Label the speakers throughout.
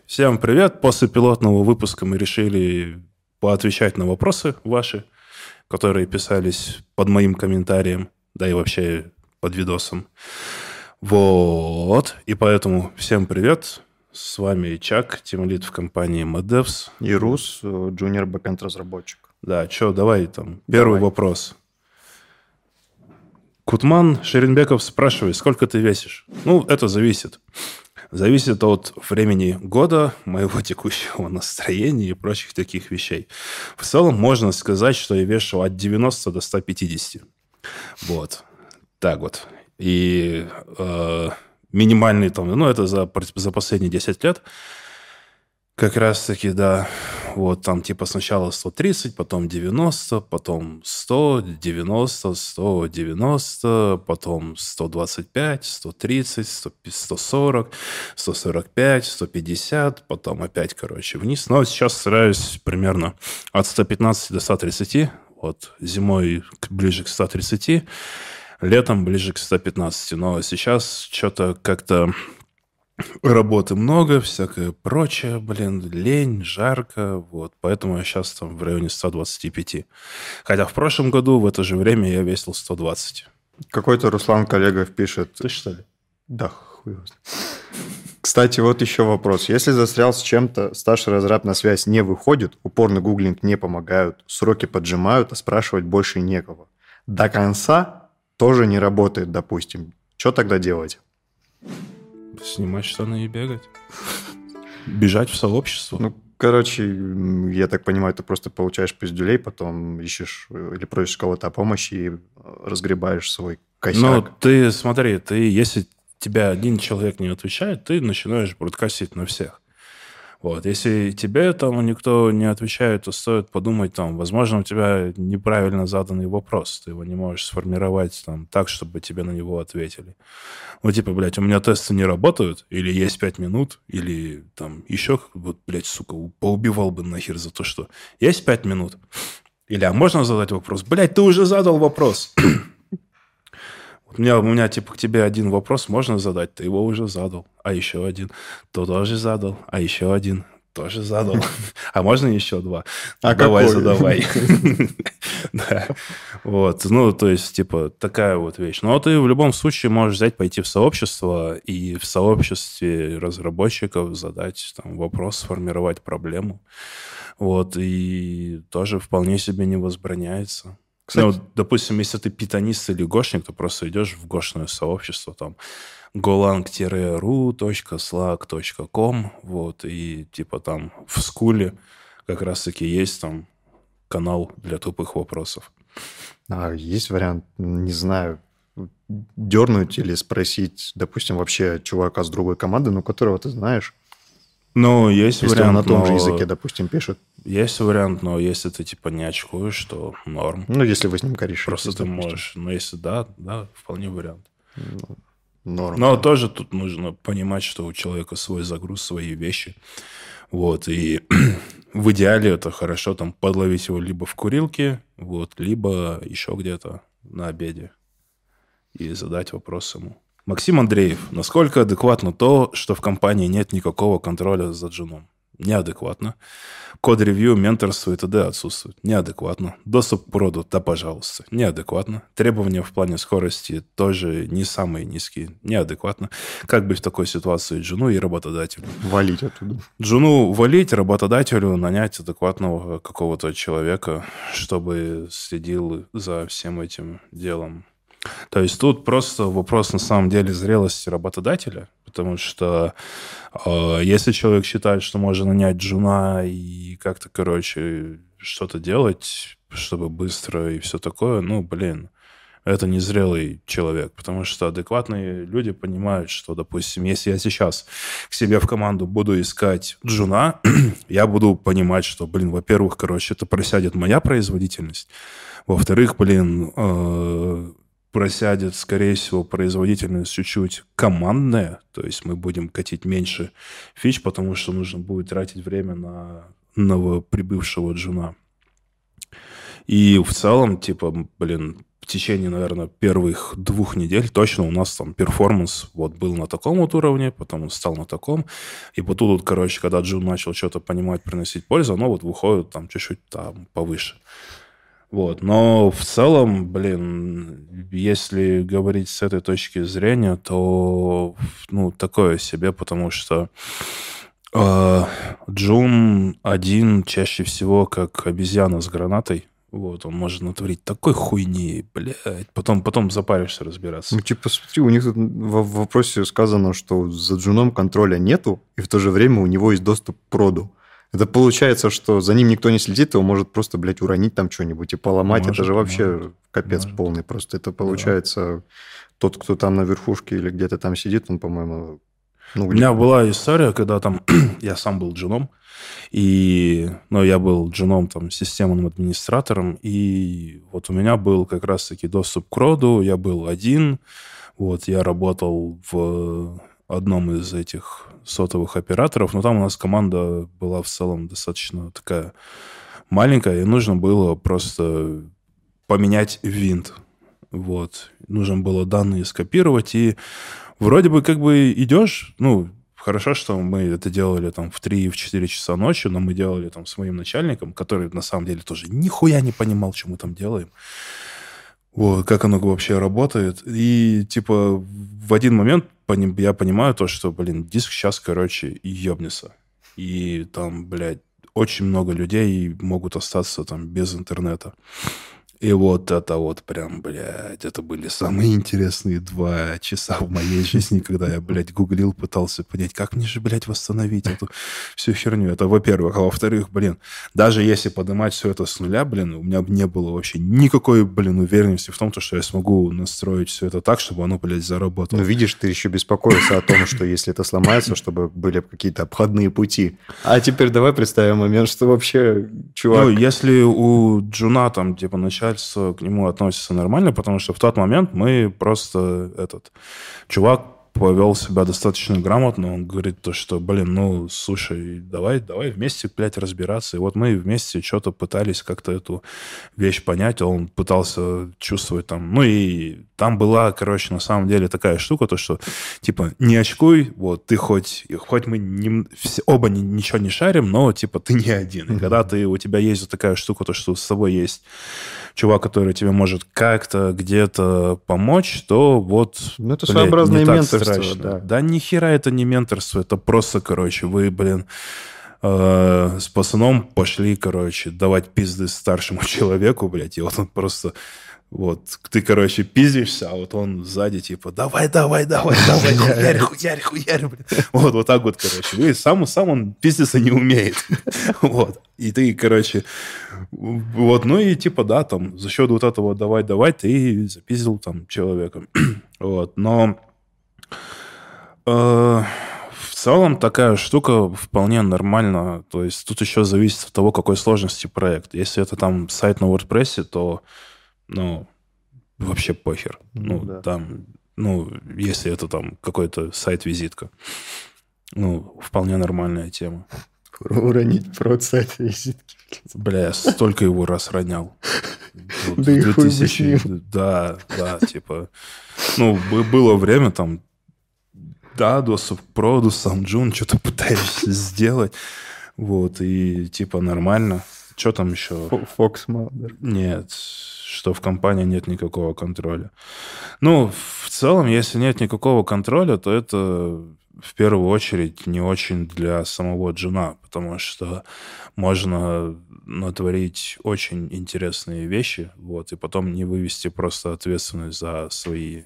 Speaker 1: Всем привет. После пилотного выпуска мы решили поотвечать на вопросы ваши, которые писались под моим комментарием, да и вообще под видосом. Вот. И поэтому всем привет. С вами Чак, тимлид в компании MadDevs.
Speaker 2: И Рус, junior backend разработчик.
Speaker 1: Да, что, давай там. Первый вопрос. Кутман Шеренбеков спрашивает, сколько ты весишь? Ну, это зависит. Зависит от времени года, моего текущего настроения и прочих таких вещей. В целом можно сказать, что я вешу от 90 до 150. Вот. Так вот. И минимальный там, ну, это за последние 10 лет. Как раз-таки, да, вот там типа сначала 130, потом 90, потом 100, 90, 190, потом 125, 130, 140, 145, 150, потом опять, короче, вниз. Но сейчас стараюсь примерно от 115 до 130, вот зимой ближе к 130, летом ближе к 115, но сейчас что-то как-то... Работы много, всякое прочее, лень, жарко, вот. Поэтому я сейчас там в районе 125. Хотя в прошлом году в это же время я весил 120.
Speaker 2: Какой-то Руслан Коллегов пишет...
Speaker 1: Ты что ли?
Speaker 2: Да, хуй. Кстати, вот еще вопрос. Если застрял с чем-то, старший разраб на связь не выходит, упорный гуглинг не помогают, сроки поджимают, а спрашивать больше некого. До конца тоже не работает, допустим. Что тогда делать?
Speaker 1: Снимать штаны и бегать. Бежать в сообщество.
Speaker 2: Ну, короче, я так понимаю, ты просто получаешь пиздюлей, потом ищешь или просишь кого-то о помощи и разгребаешь свой косяк.
Speaker 1: Ну, ты смотри, если тебя один человек не отвечает, ты начинаешь бродкастить на всех. Вот. Если тебе там никто не отвечает, то стоит подумать, там, возможно, у тебя неправильно заданный вопрос. Ты его не можешь сформировать там, так, чтобы тебе на него ответили. Ну, типа, блядь, у меня тесты не работают, или есть 5 минут, или там еще, вот, блядь, сука, поубивал бы нахер за то, что есть 5 минут. Или, а можно задать вопрос? Блядь, ты уже задал вопрос. У меня, типа, к тебе один вопрос можно задать, ты его уже задал. А еще один, то тоже задал. А еще один, тоже задал. А можно еще два? Давай, задавай. Вот, ну, то есть, типа, такая вот вещь. Но ты в любом случае можешь взять, пойти в сообщество и в сообществе разработчиков задать там вопрос, сформировать проблему. Вот, и тоже вполне себе не возбраняется. Ну, допустим, если ты питонист или гошник, то просто идешь в гошное сообщество, там, golang-ru.slack.com, вот, и типа там в скуле как раз-таки есть там канал для тупых вопросов.
Speaker 2: А есть вариант, не знаю, дернуть или спросить, допустим, вообще чувака с другой команды, ну, которого ты знаешь?
Speaker 1: Ну, есть
Speaker 2: если
Speaker 1: вариант,
Speaker 2: он на том же языке, допустим, пишет.
Speaker 1: Есть вариант, но если ты, типа, не очкуешь, то норм.
Speaker 2: Ну, если вы с ним корешитесь.
Speaker 1: Просто ты можешь. Но если да, вполне вариант.
Speaker 2: Норм.
Speaker 1: Но тоже тут нужно понимать, что у человека свой загруз, свои вещи. Вот, и в идеале это хорошо там подловить его либо в курилке, вот, либо еще где-то на обеде и задать вопрос ему. Максим Андреев. Насколько адекватно то, что в компании нет никакого контроля за джуном? Неадекватно. Код-ревью, менторство и т.д. отсутствует. Неадекватно. Доступ к проду, да, пожалуйста. Неадекватно. Требования в плане скорости тоже не самые низкие. Неадекватно. Как быть в такой ситуации джуну и работодателю?
Speaker 2: Валить оттуда.
Speaker 1: Джуну валить, работодателю нанять адекватного какого-то человека, чтобы следил за всем этим делом. То есть тут просто вопрос на самом деле зрелости работодателя, потому что если человек считает, что можно нанять джуна и как-то, короче, что-то делать, чтобы быстро и все такое, ну, блин, это незрелый человек, потому что адекватные люди понимают, что, допустим, если я сейчас к себе в команду буду искать джуна, я буду понимать, что, блин, во-первых, короче, это просядет моя производительность, во-вторых, блин, просядет, скорее всего, производительность чуть-чуть командная, то есть мы будем катить меньше фич, потому что нужно будет тратить время на новоприбывшего джуна. И в целом, типа, блин, течение, наверное, первых 2 недель точно у нас там перформанс вот был на таком вот уровне, потом он стал на таком. И вот тут, короче, когда Джун начал что-то понимать, приносить пользу, оно вот выходит там чуть-чуть там повыше. Вот. Но в целом, блин, если говорить с этой точки зрения, то, ну, такое себе, потому что Джун один чаще всего как обезьяна с гранатой. Вот, он может натворить такой хуйни, блядь. Потом запаришься разбираться.
Speaker 2: Ну, типа, смотри, у них тут в вопросе сказано, что за Джуном контроля нету, и в то же время у него есть доступ к проду. Это получается, что за ним никто не следит, его может просто, блядь, уронить там что-нибудь и поломать. Это же вообще капец полный просто. Это получается тот, кто там на верхушке или где-то там сидит, он, по-моему...
Speaker 1: Ну, у меня была история, когда там я сам был джуном, и, ну, я был джуном, там, системным администратором, и вот у меня был как раз-таки доступ к роду, я был один, вот, я работал в одном из этих сотовых операторов, но там у нас команда была в целом достаточно такая маленькая, и нужно было просто поменять винт, вот, нужно было данные скопировать, и вроде бы как бы идешь, ну, хорошо, что мы это делали там в 3-4 часа ночи, но мы делали там с моим начальником, который на самом деле тоже нихуя не понимал, что мы там делаем. Вот, как оно вообще работает. И типа в один момент я понимаю то, что, блин, диск сейчас, короче, ебнется. И там, блядь, очень много людей могут остаться там без интернета. И вот это вот прям, блядь, это были самые интересные 2 часа в моей жизни, когда я, блядь, гуглил, пытался понять, как мне же, блядь, восстановить эту всю херню. Это во-первых. А во-вторых, блин, даже если поднимать все это с нуля, блин, у меня не было вообще никакой, блин, уверенности в том, что я смогу настроить все это так, чтобы оно, блядь, заработало.
Speaker 2: Ну, видишь, ты еще беспокоился о том, что если это сломается, чтобы были какие-то обходные пути. А теперь давай представим момент, что вообще, чувак...
Speaker 1: Ну, если у Джуна там, типа, начальство к нему относится нормально, потому что в тот момент мы просто чувак повел себя достаточно грамотно. Он говорит то, что, блин, ну, слушай, давай вместе, блядь, разбираться. И вот мы вместе что-то пытались как-то эту вещь понять. Он пытался чувствовать там... Ну, и там была, короче, на самом деле такая штука, то, что, типа, не очкуй, вот, ты хоть мы оба ничего не шарим, но, типа, ты не один. И когда у тебя есть вот такая штука, то, что с собой есть чувак, который тебе может как-то где-то помочь, то вот...
Speaker 2: Ну, это своеобразное менторство.
Speaker 1: Да ни хера это не менторство, это просто, короче, вы, блин, с пацаном пошли, короче, давать пизды старшему человеку, блядь, и вот он просто... Вот, ты, короче, пиздишься, а вот он сзади, типа, давай, хуярь, блядь. Вот так вот, короче. И сам он пиздиться не умеет. Вот. И ты, короче, вот, ну и типа, да, там, за счет вот этого давай, ты запиздил там человека. Вот, но в целом такая штука вполне нормальна. То есть тут еще зависит от того, какой сложности проект. Если это там сайт на WordPress, то ну, вообще похер. Ну, да. Там, ну, если это там какой-то сайт-визитка. Ну, вполне нормальная тема.
Speaker 2: Уронить прод сайт-визитки.
Speaker 1: Бля, я столько его раз ронял.
Speaker 2: Да и хуй бы с ним.
Speaker 1: Да, типа... Ну, было время там... Да, доступ к проду, сам Джун, что-то пытаешься сделать. Вот, и типа нормально. Что там еще?
Speaker 2: Fox Mother.
Speaker 1: Нет, что в компании нет никакого контроля. Ну, в целом, если нет никакого контроля, то это в первую очередь не очень для самого Джуна, потому что можно натворить очень интересные вещи, вот, и потом не вывести просто ответственность за свои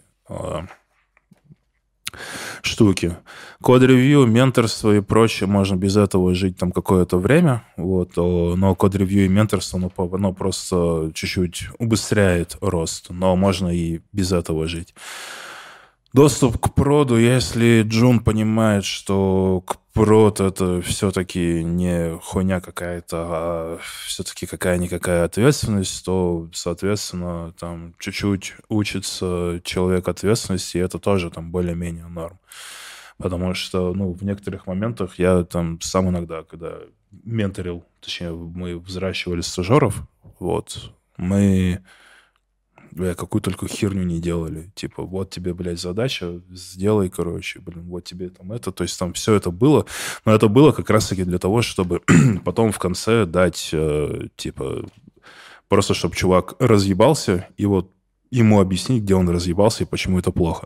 Speaker 1: штуки. Код-ревью, менторство и прочее, можно без этого жить там какое-то время, вот, но код-ревью и менторство, оно просто чуть-чуть убыстряет рост, но можно и без этого жить. Доступ к проду, если Джун понимает, что прод это все-таки не хуйня какая-то, а все-таки какая-никакая ответственность, то, соответственно, там чуть-чуть учится человек ответственности, и это тоже там более-менее норм. Потому что, ну, в некоторых моментах я там сам иногда, когда менторил, точнее, мы взращивали стажеров, вот, мы Бля, какую только херню не делали. Типа, вот тебе, блядь, задача, сделай, короче, блин, вот тебе там это. То есть там все это было. Но это было как раз-таки для того, чтобы потом в конце дать, типа, просто чтобы чувак разъебался, и вот ему объяснить, где он разъебался и почему это плохо.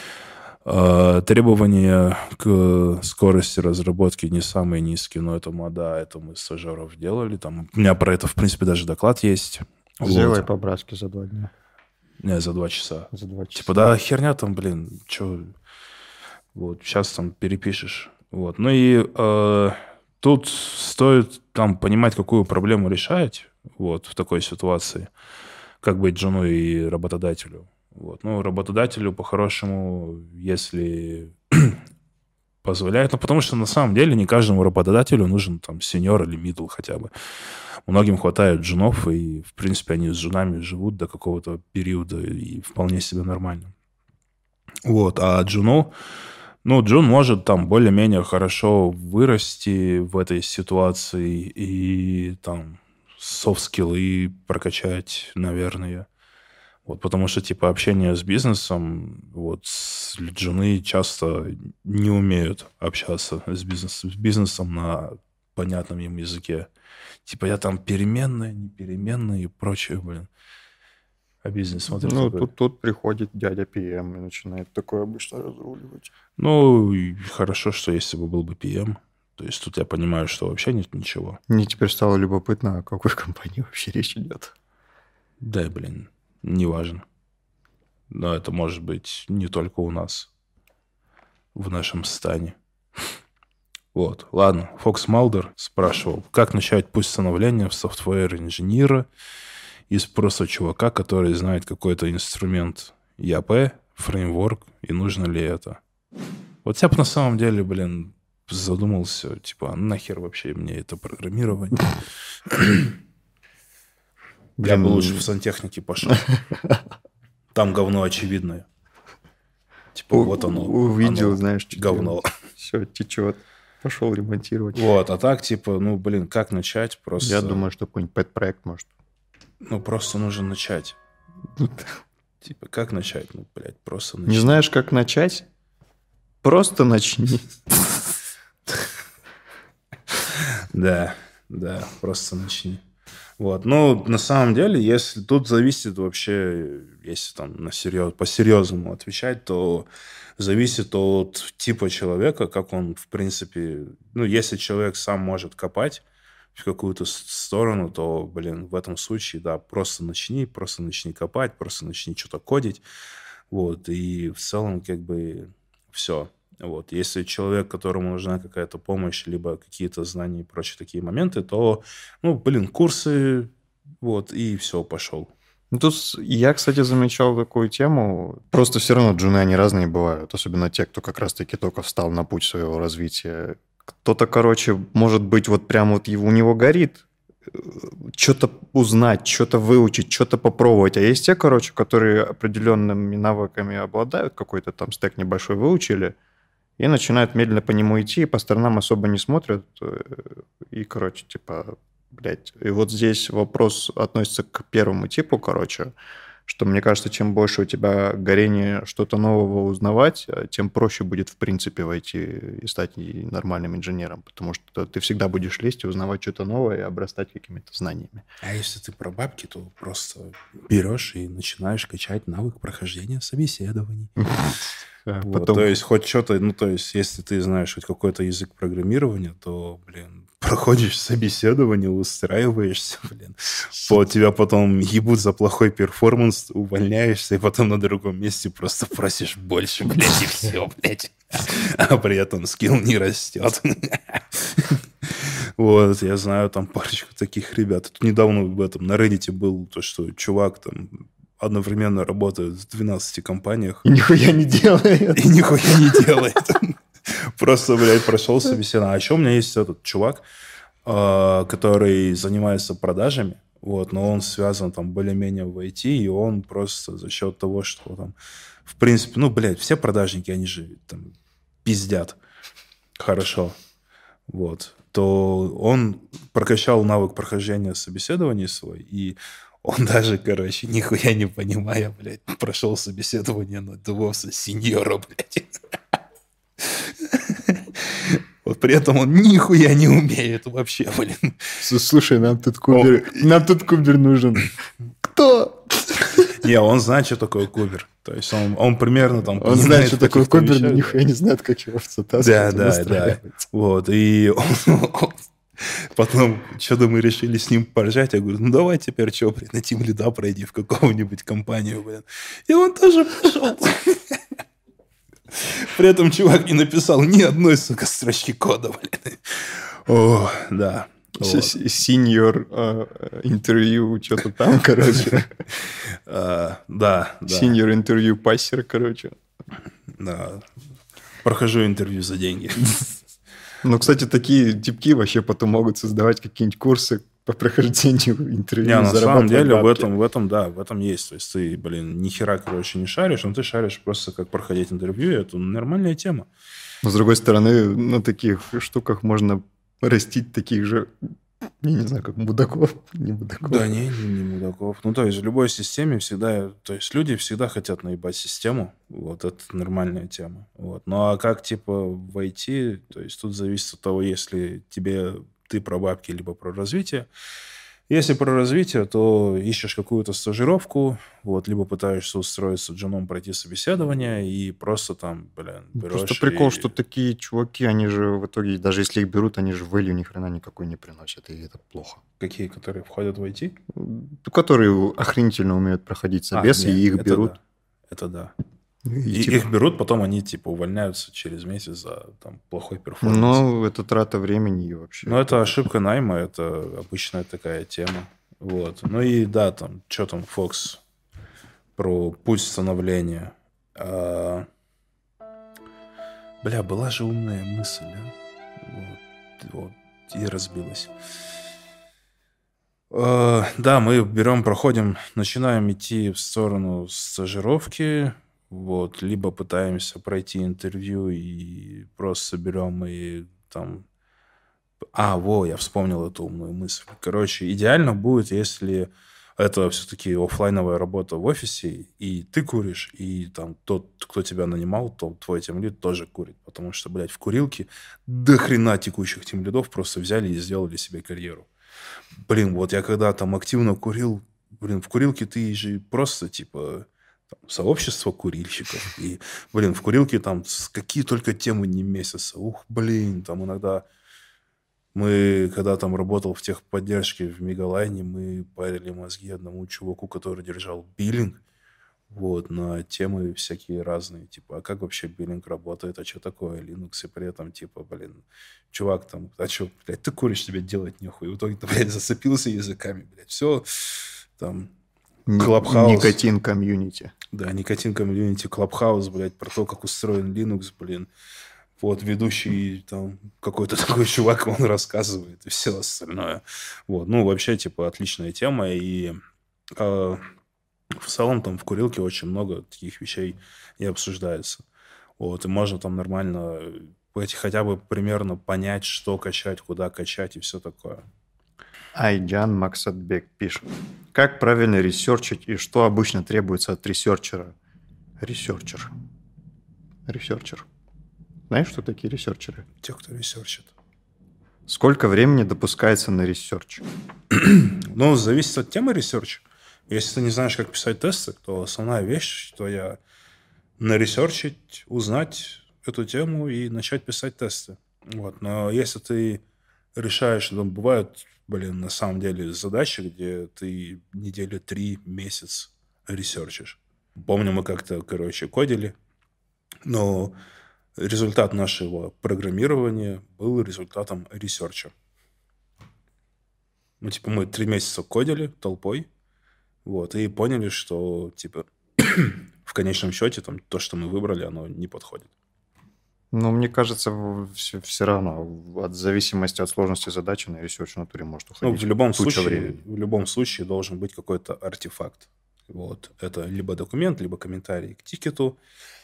Speaker 1: Требования к скорости разработки не самые низкие, но это мода, это мы стажеров делали. Там, у меня про это, в принципе, даже доклад есть.
Speaker 2: Сделай
Speaker 1: Вот.
Speaker 2: по-братски за 2 дня.
Speaker 1: Не, за 2 часа.
Speaker 2: За 2 часа.
Speaker 1: Типа, да, херня там, блин, что... Вот, сейчас там перепишешь. Вот. Ну и тут стоит там понимать, какую проблему решать вот, в такой ситуации. Как быть женой и работодателю. Вот. Ну, работодателю, по-хорошему, если позволяет. Ну, потому что на самом деле не каждому работодателю нужен там сеньор или мидл хотя бы. Многим хватает джунов, и, в принципе, они с джунами живут до какого-то периода и вполне себе нормально. Вот. А джуну... Ну, джун может там более-менее хорошо вырасти в этой ситуации и там софт-скиллы прокачать, наверное. Вот, потому что, типа, общение с бизнесом, вот, джуны часто не умеют общаться с бизнесом на понятном им языке. Типа, я там переменная, не переменная и прочее, блин. А бизнес смотрит
Speaker 2: Ну,
Speaker 1: такой...
Speaker 2: тут приходит дядя ПМ и начинает такое обычно разруливать.
Speaker 1: Ну, и хорошо, что если бы был бы PM. То есть тут я понимаю, что вообще нет ничего.
Speaker 2: Мне теперь стало любопытно, о какой компании вообще речь идет.
Speaker 1: Да, блин, неважно. Но это может быть не только у нас, в нашем стане. Вот, ладно. Фокс Малдер спрашивал, как начать путь становления в софтвер-инженера из просто чувака, который знает какой-то инструмент ЯП, фреймворк, и нужно ли это. Вот я бы на самом деле, блин, задумался, типа, а нахер вообще мне это программирование? Я бы лучше в сантехнике пошел. Там говно очевидное. Типа, вот оно.
Speaker 2: Увидел,
Speaker 1: оно,
Speaker 2: знаешь, что
Speaker 1: говно.
Speaker 2: Все, течет. Пошел ремонтировать.
Speaker 1: Вот, а так, типа, ну, блин, как начать? Просто...
Speaker 2: Я думаю, что какой-нибудь пэт-проект может.
Speaker 1: Ну, просто нужно начать. Типа, как начать? Ну, блядь, просто начать.
Speaker 2: Не знаешь, как начать? Просто начни.
Speaker 1: Да, просто начни. Вот. Ну, на самом деле, если тут зависит вообще, если там по-серьезному отвечать, то зависит от типа человека, как он, в принципе... Ну, если человек сам может копать в какую-то сторону, то, блин, в этом случае, да, просто начни копать, просто начни что-то кодить. Вот. И в целом, как бы, все. Вот. Если человек, которому нужна какая-то помощь, либо какие-то знания и прочие такие моменты, то, ну, блин, курсы, вот, и все, пошел.
Speaker 2: Ну, тут я, кстати, замечал такую тему. Просто все равно джуны, они разные бывают. Особенно те, кто как раз-таки только встал на путь своего развития. Кто-то, короче, может быть, вот прям вот у него горит что-то узнать, что-то выучить, что-то попробовать. А есть те, короче, которые определенными навыками обладают, какой-то там стек небольшой выучили, и начинают медленно по нему идти, и по сторонам особо не смотрят. И, короче, типа, блядь. И вот здесь вопрос относится к первому типу, короче, что, мне кажется, чем больше у тебя горение что-то нового узнавать, тем проще будет, в принципе, войти и стать нормальным инженером, потому что ты всегда будешь лезть и узнавать что-то новое и обрастать какими-то знаниями.
Speaker 1: А если ты про бабки, то просто берешь и начинаешь качать навык прохождения собеседований. Вот,
Speaker 2: Потом...
Speaker 1: То есть хоть что-то, ну, то есть если ты знаешь хоть какой-то язык программирования, то, блин, проходишь собеседование, устраиваешься, блин. Тебя потом ебут за плохой перформанс, увольняешься, и потом на другом месте просто просишь больше, блядь, и все, блядь. А при этом скилл не растет. Вот, я знаю там парочку таких ребят. Тут недавно в этом на Reddit был то, что чувак там одновременно работает в 12 компаниях.
Speaker 2: И нихуя не делает.
Speaker 1: И нихуя не делает. Просто, блядь, прошел собеседование. А еще у меня есть этот чувак, который занимается продажами, вот, но он связан там более-менее в IT, и он просто за счет того, что там, в принципе, ну, блядь, все продажники, они же там пиздят хорошо, вот, то он прокачал навык прохождения собеседований свой, и Он даже, короче, нихуя не понимая, блядь, прошел собеседование на DevOps сеньора, блядь. Вот при этом он нихуя не умеет вообще, блин.
Speaker 2: Слушай, нам тут кубер нужен. Кто?
Speaker 1: Не, он знает, что такое кубер. То есть он примерно там...
Speaker 2: Он знает, что такое кубер, но нихуя не знает, как его затаскивать.
Speaker 1: Да. Вот, и он... Потом что-то мы решили с ним поржать. Я говорю, ну давай теперь что, блин, на Team Lead пройди в какую-нибудь компанию, блин. И он тоже пошел. При этом чувак не написал ни одной, сука, строчки кода, блин. О, да.
Speaker 2: Синьор интервью, что-то там, короче.
Speaker 1: Да.
Speaker 2: Синьор интервью пассер, короче.
Speaker 1: Да. Прохожу интервью за деньги.
Speaker 2: Ну, кстати, такие типки вообще потом могут создавать какие-нибудь курсы по прохождению интервью.
Speaker 1: Не, на самом деле в этом есть. То есть ты, блин, ни хера, короче, не шаришь, но ты шаришь просто, как проходить интервью, и это нормальная тема.
Speaker 2: Но, с другой стороны, на таких штуках можно растить таких же, я не знаю, как мудаков, не мудаков.
Speaker 1: Да, не мудаков. Ну, то есть в любой системе всегда... То есть люди всегда хотят наебать систему. Вот, это нормальная тема. Вот. Ну, а как, типа, войти? То есть тут зависит от того, если ты про бабки, либо про развитие. Если про развитие, то ищешь какую-то стажировку, вот, либо пытаешься устроиться джуном, пройти собеседование, и просто там, блин, берешь...
Speaker 2: Просто прикол, что такие чуваки, они же в итоге, даже если их берут, они же value ни хрена никакой не приносят, и это плохо.
Speaker 1: Какие, которые входят в IT?
Speaker 2: Которые охренительно умеют проходить собес, и их берут.
Speaker 1: Да. Это да.
Speaker 2: И
Speaker 1: их берут, потом они, типа, увольняются через месяц за там, плохой перформанс.
Speaker 2: Ну, это трата времени и вообще.
Speaker 1: Ну, это ошибка найма, это обычная такая тема. Вот. Ну и да, там, что там, Фокс про путь становления. Бля, была же умная мысль, а? Вот, и разбилась. Да, мы проходим, начинаем идти в сторону стажировки, вот, либо пытаемся пройти интервью и просто берем и там... я вспомнил эту умную мысль. Короче, идеально будет, если это все-таки оффлайновая работа в офисе, и ты куришь, и там тот, кто тебя нанимал, твой тимлид тоже курит. Потому что, блядь, в курилке до хрена текущих тимлидов просто взяли и сделали себе карьеру. Блин, вот я когда там активно курил, в курилке ты же просто, типа, сообщество курильщиков. И, в курилке там какие только темы не месяца. Там иногда... Мы, когда там работал в техподдержке в Мегалайне, мы парили мозги одному чуваку, который держал биллинг, вот, на темы всякие разные, типа, а как вообще биллинг работает, а что такое Linux, и при этом, типа, чувак там, а что, блядь, ты куришь, тебе делать нехуй, и в итоге, блядь, зацепился языками, блядь, все, там, Клабхаус.
Speaker 2: Никотин комьюнити.
Speaker 1: Да, никотин комьюнити, Клабхаус, блядь, про то, как устроен Linux, блин. Вот, ведущий там какой-то такой чувак, он рассказывает и все остальное. Вот, ну, вообще, типа, отличная тема. И в целом там в курилке очень много таких вещей и обсуждается. Вот, и можно там нормально хотя бы примерно понять, что качать, куда качать и все такое.
Speaker 2: Айджан Максатбек пишет. Как правильно ресерчить и что обычно требуется от ресерчера? Ресерчер. Знаешь, что такие ресерчеры?
Speaker 1: Те, кто ресерчит.
Speaker 2: Сколько времени допускается на ресерч?
Speaker 1: Ну, зависит от темы ресерча. Если ты не знаешь, как писать тесты, то основная вещь, что я наресерчить, узнать эту тему и начать писать тесты. Вот. Но если ты решаешь, там бывают, на самом деле задачи, где ты недели 3, месяц ресерчишь. Помню, мы как-то, кодили, но результат нашего программирования был результатом ресерча. Мы 3 месяца кодили толпой, вот, и поняли, что, в конечном счете, там, то, что мы выбрали, оно не подходит.
Speaker 2: Ну, мне кажется, все равно, от зависимости от сложности задачи на ресерч в натуре может уходить
Speaker 1: в любом случае должен быть какой-то артефакт. Вот. Это либо документ, либо комментарий к тикету,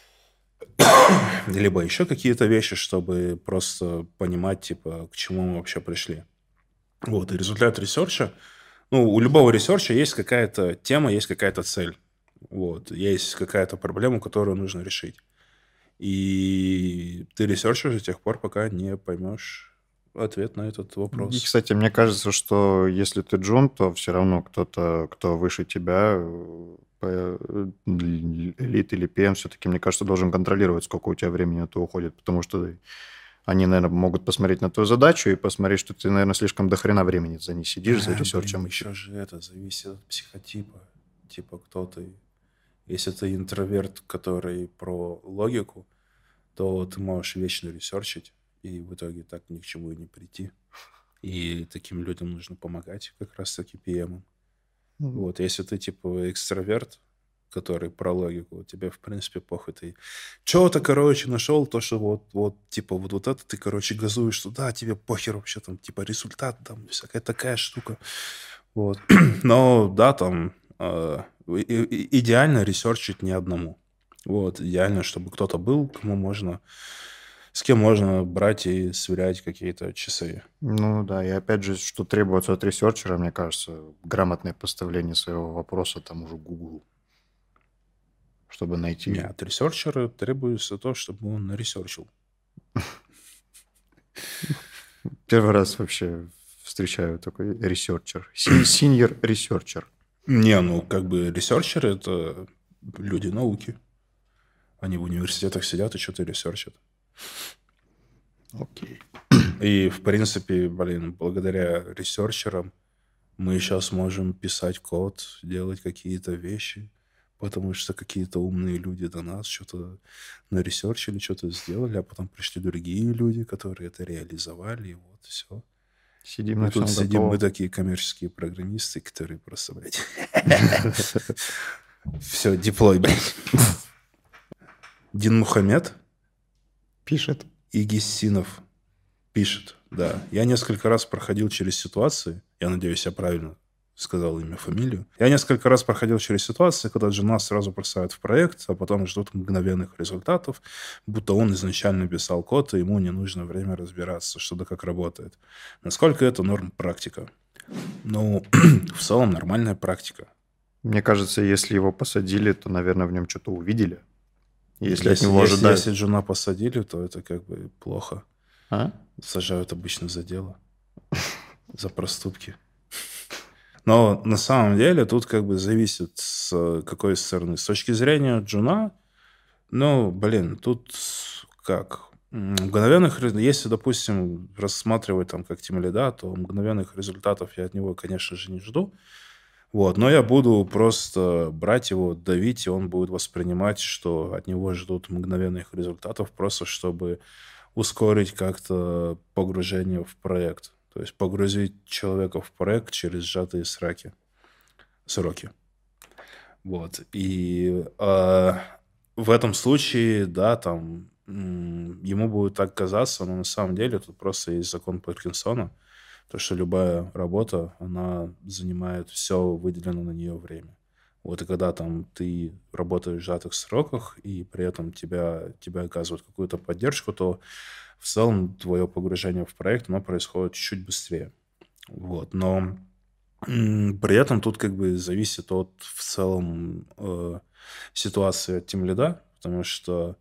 Speaker 1: либо еще какие-то вещи, чтобы просто понимать, к чему мы вообще пришли. Вот. И результат ресерча Ну, у любого ресерча есть какая-то тема, есть какая-то цель. Вот. Есть какая-то проблема, которую нужно решить. И ты ресерчишь до тех пор, пока не поймешь ответ на этот
Speaker 2: И,
Speaker 1: вопрос.
Speaker 2: кстати, мне кажется, что если ты джун, то все равно кто-то, кто выше тебя, элит или ПМ, все-таки, мне кажется, должен контролировать, сколько у тебя времени на это уходит, потому что они, наверное, могут посмотреть на твою задачу и посмотреть, что ты, наверное, слишком до хрена времени за ней сидишь, за ресерчем.
Speaker 1: Еще же это зависит от психотипа. Типа, кто ты. Если ты интроверт, который про логику, то ты можешь вечно ресерчить, и в итоге так ни к чему и не прийти. И таким людям нужно помогать, как раз-таки PM. Вот, если ты, типа, экстраверт, который про логику, тебе, в принципе, похуй. Ты чего-то, короче, нашел, то, что вот типа, вот это ты, короче, газуешь, что да, тебе похер вообще, там, типа, результат, там, всякая такая штука. Вот. Но, да, там, идеально ресерчить не одному. Вот, идеально, чтобы кто-то был, с кем можно брать и сверять какие-то часы.
Speaker 2: Ну да, и опять же, что требуется от ресерчера, мне кажется, грамотное поставление своего вопроса тому же Google, чтобы найти...
Speaker 1: Нет, от ресерчера требуется то, чтобы он наресерчил.
Speaker 2: Первый раз вообще встречаю такой ресерчер. Senior ресерчер.
Speaker 1: Не, ну, как бы ресерчеры — это люди науки. Они в университетах сидят и что-то ресерчат.
Speaker 2: Окей.
Speaker 1: И, в принципе, блин, благодаря ресерчерам мы сейчас можем писать код, делать какие-то вещи, потому что какие-то умные люди до нас что-то наресерчили, что-то сделали, а потом пришли другие люди, которые это реализовали, и вот все.
Speaker 2: Сидим
Speaker 1: Мы
Speaker 2: на
Speaker 1: тут
Speaker 2: всем
Speaker 1: сидим, мы
Speaker 2: готовом.
Speaker 1: такие коммерческие программисты, которые просто, блядь... Все, деплой, блядь. Дин Мухаммед
Speaker 2: Пишет.
Speaker 1: Игиссинов пишет, да. Я несколько раз проходил через ситуации, я надеюсь, я правильно сказал имя, фамилию. Я несколько раз проходил через ситуации, когда жена сразу бросает в проект, а потом ждут мгновенных результатов, будто он изначально писал код, и ему не нужно время разбираться, что да как работает. Насколько это норм практика? Ну, в целом нормальная практика.
Speaker 2: Мне кажется, если его посадили, то, наверное, в нем что-то увидели. Если от него ожидают...
Speaker 1: Если жена посадили, то это как бы плохо.
Speaker 2: А?
Speaker 1: Сажают обычно за дело, за проступки. Но на самом деле тут как бы зависит с какой стороны. С точки зрения джуна, ну, блин, тут как? Мгновенных, если, допустим, рассматривать там как тимлида, то мгновенных результатов я от него, конечно же, не жду. Вот, но я буду просто брать его, давить, и он будет воспринимать, что от него ждут мгновенных результатов, просто чтобы ускорить как-то погружение в проект. То есть погрузить человека в проект через сжатые сроки. Вот. И в этом случае, да, там ему будет так казаться, но на самом деле тут просто есть закон Паркинсона, то, что любая работа, она занимает все выделенное на нее время. Вот и когда там ты работаешь в сжатых сроках, и при этом тебе оказывают какую-то поддержку, то в целом твое погружение в проект, оно происходит чуть быстрее. Вот. Но при этом тут как бы зависит от в целом ситуации от тимлида, потому что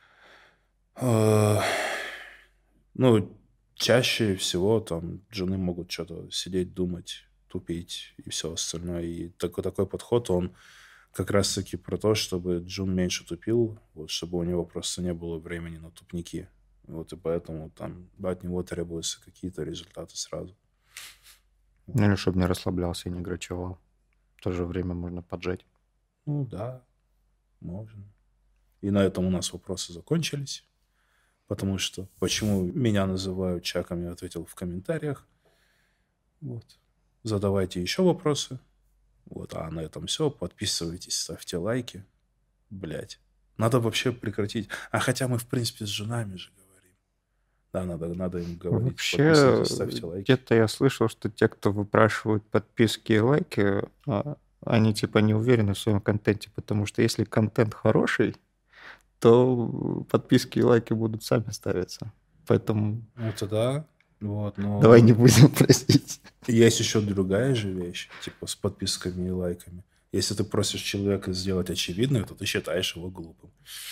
Speaker 1: ну, чаще всего там джуны могут что-то сидеть, думать, тупить и все остальное. И такой подход, он как раз-таки про то, чтобы джун меньше тупил, вот, чтобы у него просто не было времени на тупники. Вот, и поэтому там от него требуются какие-то результаты сразу.
Speaker 2: Ну, или чтобы не расслаблялся и не грачевал. В то же время можно поджать.
Speaker 1: Ну да, можно. И на этом у нас вопросы закончились. Потому что почему меня называют Чаком, я ответил в комментариях. Вот. Задавайте еще вопросы. Вот. А на этом все. Подписывайтесь, ставьте лайки. Блять. Надо вообще прекратить. А хотя мы, в принципе, с женами же говорим. Да, надо им говорить.
Speaker 2: Вообще,
Speaker 1: Подписывайтесь, ставьте лайки.
Speaker 2: где-то я слышал, что те, кто выпрашивают подписки и лайки, они типа не уверены в своем контенте, потому что если контент хороший, то подписки и лайки будут сами ставиться. Поэтому
Speaker 1: Это да. Вот, но...
Speaker 2: давай не будем просить.
Speaker 1: Есть еще другая же вещь, типа с подписками и лайками. Если ты просишь человека сделать очевидное, то ты считаешь его глупым.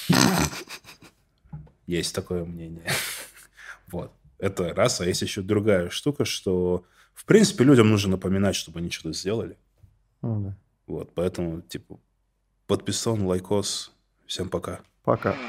Speaker 1: Есть такое мнение. Вот. Это раз. А есть еще другая штука, что, в принципе, людям нужно напоминать, чтобы они что-то сделали.
Speaker 2: Ну, да.
Speaker 1: Вот. Поэтому, типа, подписан, лайкос. Всем пока.
Speaker 2: Пока.